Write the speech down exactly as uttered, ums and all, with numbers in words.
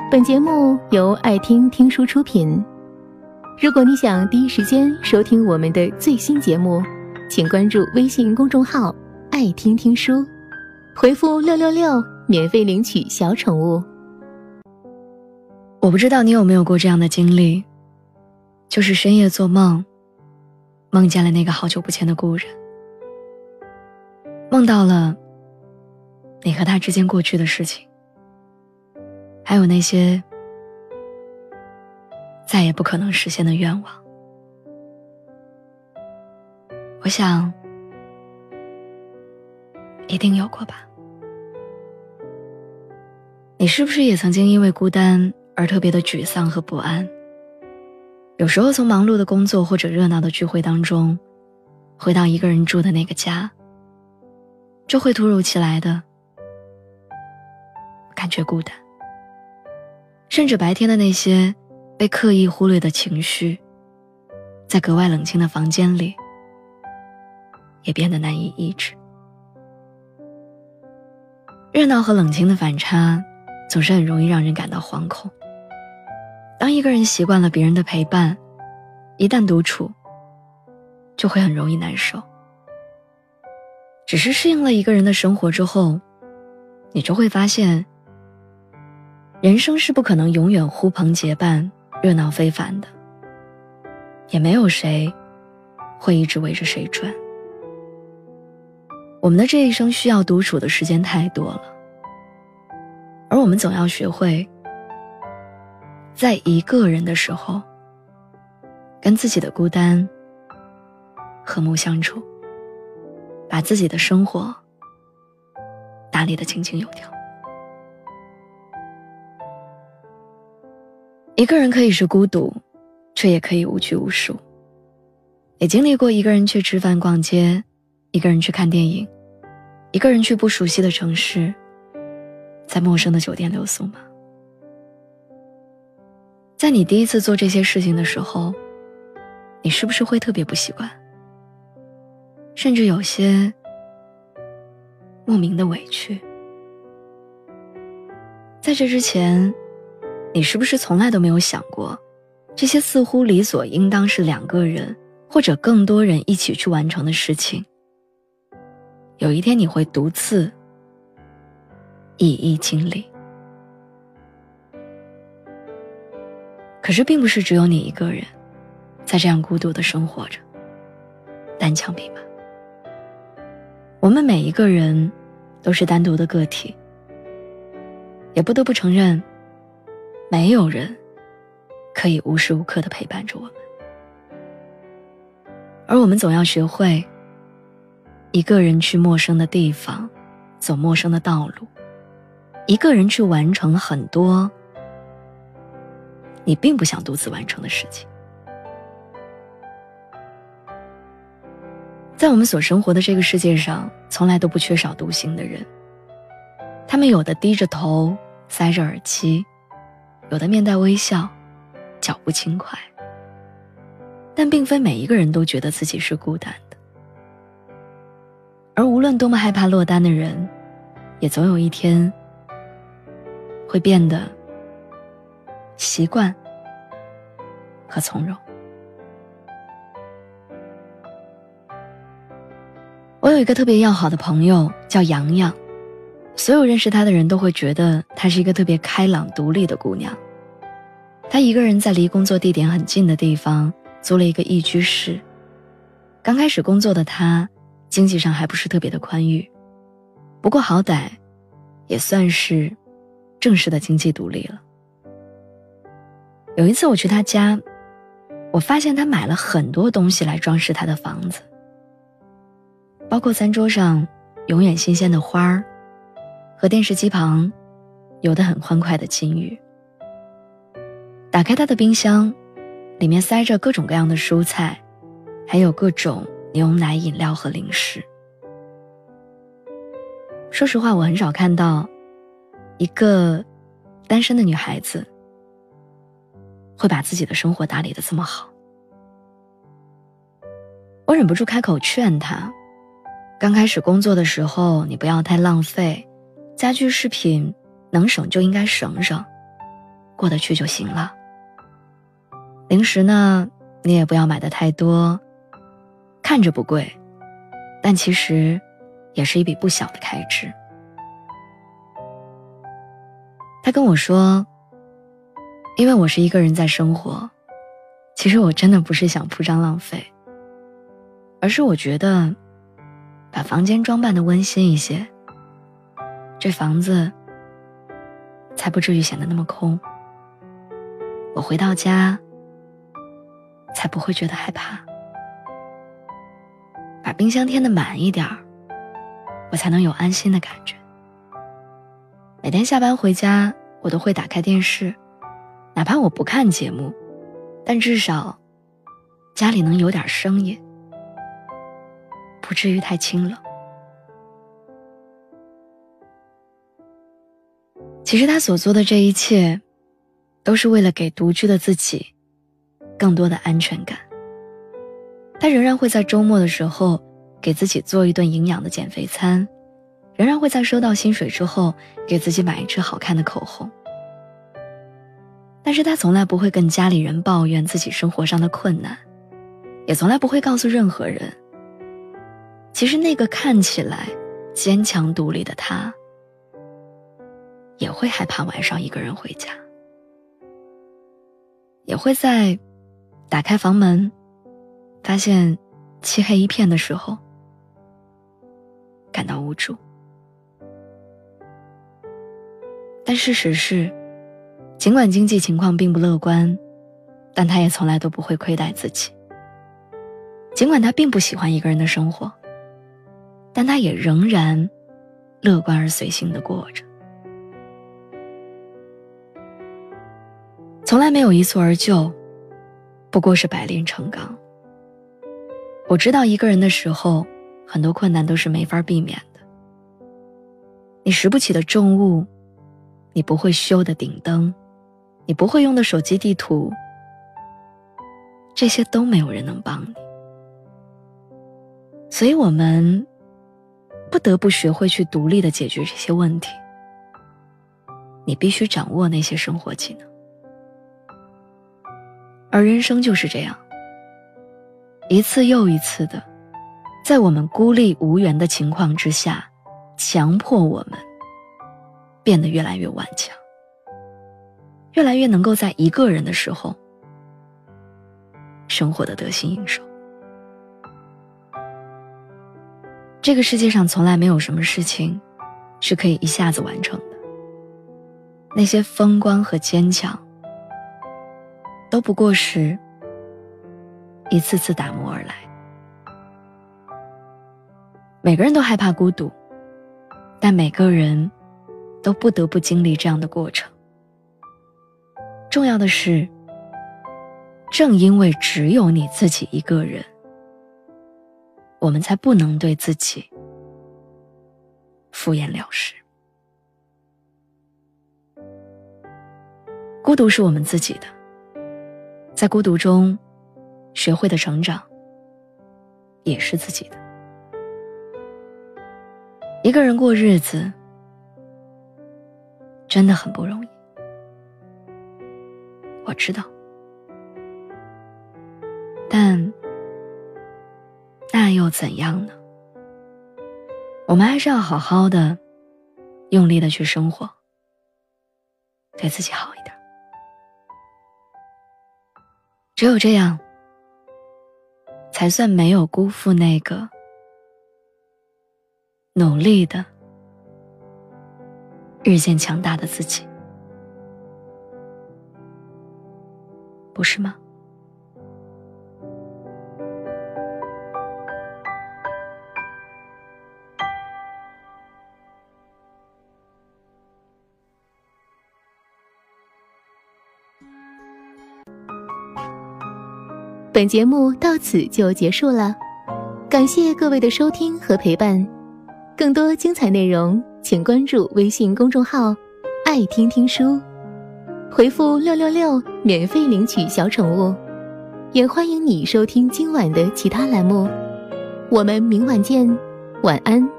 本节目由爱听听书出品。如果你想第一时间收听我们的最新节目，请关注微信公众号爱听听书，回复六六六免费领取小宠物。 我不知道你有没有过这样的经历，就是深夜做梦，梦见了那个好久不见的故人，梦到了你和他之间过去的事情，还有那些再也不可能实现的愿望。我想一定有过吧。你是不是也曾经因为孤单而特别的沮丧和不安？有时候从忙碌的工作或者热闹的聚会当中，回到一个人住的那个家，就会突如其来的感觉孤单，甚至白天的那些被刻意忽略的情绪，在格外冷清的房间里也变得难以抑制。热闹和冷清的反差总是很容易让人感到惶恐。当一个人习惯了别人的陪伴，一旦独处就会很容易难受。只是适应了一个人的生活之后，你就会发现人生是不可能永远呼朋结伴热闹非凡的，也没有谁会一直围着谁转。我们的这一生需要独处的时间太多了，而我们总要学会在一个人的时候跟自己的孤单和睦相处，把自己的生活打理得井井有条。一个人可以是孤独，却也可以无拘无束。也经历过一个人去吃饭逛街，一个人去看电影，一个人去不熟悉的城市，在陌生的酒店留宿吗？在你第一次做这些事情的时候，你是不是会特别不习惯，甚至有些莫名的委屈？在这之前，你是不是从来都没有想过，这些似乎理所应当是两个人或者更多人一起去完成的事情，有一天你会独自一一经历？可是并不是只有你一个人在这样孤独地生活着，单枪匹马。我们每一个人都是单独的个体，也不得不承认，没有人可以无时无刻地陪伴着我们。而我们总要学会一个人去陌生的地方，走陌生的道路，一个人去完成很多你并不想独自完成的事情。在我们所生活的这个世界上，从来都不缺少独行的人。他们有的低着头，塞着耳机，有的面带微笑，脚步轻快。但并非每一个人都觉得自己是孤单的。而无论多么害怕落单的人，也总有一天会变得习惯和从容。我有一个特别要好的朋友叫洋洋，所有认识她的人都会觉得她是一个特别开朗独立的姑娘。她一个人在离工作地点很近的地方租了一个一居室。刚开始工作的她经济上还不是特别的宽裕，不过好歹也算是正式的经济独立了。有一次我去他家，我发现他买了很多东西来装饰他的房子，包括餐桌上永远新鲜的花儿，和电视机旁游得很欢快的金鱼。打开他的冰箱，里面塞着各种各样的蔬菜，还有各种牛奶饮料和零食。说实话，我很少看到一个单身的女孩子会把自己的生活打理得这么好。我忍不住开口劝她，刚开始工作的时候你不要太浪费，家居饰品能省就应该省省， 过得去就行了。零食呢，你也不要买得太多，看着不贵，但其实也是一笔不小的开支。他跟我说，因为我是一个人在生活，其实我真的不是想铺张浪费，而是我觉得把房间装扮得温馨一些，这房子才不至于显得那么空，我回到家才不会觉得害怕。把冰箱添得满一点儿，我才能有安心的感觉。每天下班回家，我都会打开电视，哪怕我不看节目，但至少家里能有点声音，不至于太清冷。其实他所做的这一切，都是为了给独居的自己更多的安全感。他仍然会在周末的时候给自己做一顿营养的减肥餐，仍然会在收到薪水之后给自己买一支好看的口红。但是他从来不会跟家里人抱怨自己生活上的困难，也从来不会告诉任何人，其实那个看起来坚强独立的他，也会害怕晚上一个人回家，也会在打开房门发现漆黑一片的时候感到无助。但事实是，尽管经济情况并不乐观，但他也从来都不会亏待自己。尽管他并不喜欢一个人的生活，但他也仍然乐观而随性地过着。从来没有一蹴而就，不过是百炼成钢。我知道一个人的时候，很多困难都是没法避免的。你拾不起的重物，你不会修的顶灯，你不会用的手机地图，这些都没有人能帮你。所以我们不得不学会去独立地解决这些问题。你必须掌握那些生活技能。而人生就是这样，一次又一次的，在我们孤立无援的情况之下，强迫我们变得越来越顽强，越来越能够在一个人的时候生活得得心应手。这个世界上从来没有什么事情是可以一下子完成的，那些风光和坚强都不过是一次次打磨而来。每个人都害怕孤独，但每个人都不得不经历这样的过程。重要的是，正因为只有你自己一个人，我们才不能对自己敷衍了事。孤独是我们自己的，在孤独中学会的成长也是自己的。一个人过日子真的很不容易，我知道，但那又怎样呢？我们还是要好好的用力的去生活，对自己好一点。只有这样，才算没有辜负那个努力的日渐强大的自己，不是吗？ 本节目到此就结束了，感谢各位的收听和陪伴。更多精彩内容，请关注微信公众号“爱听听书”，回复六六六免费领取小宠物。也欢迎你收听今晚的其他栏目。我们明晚见，晚安。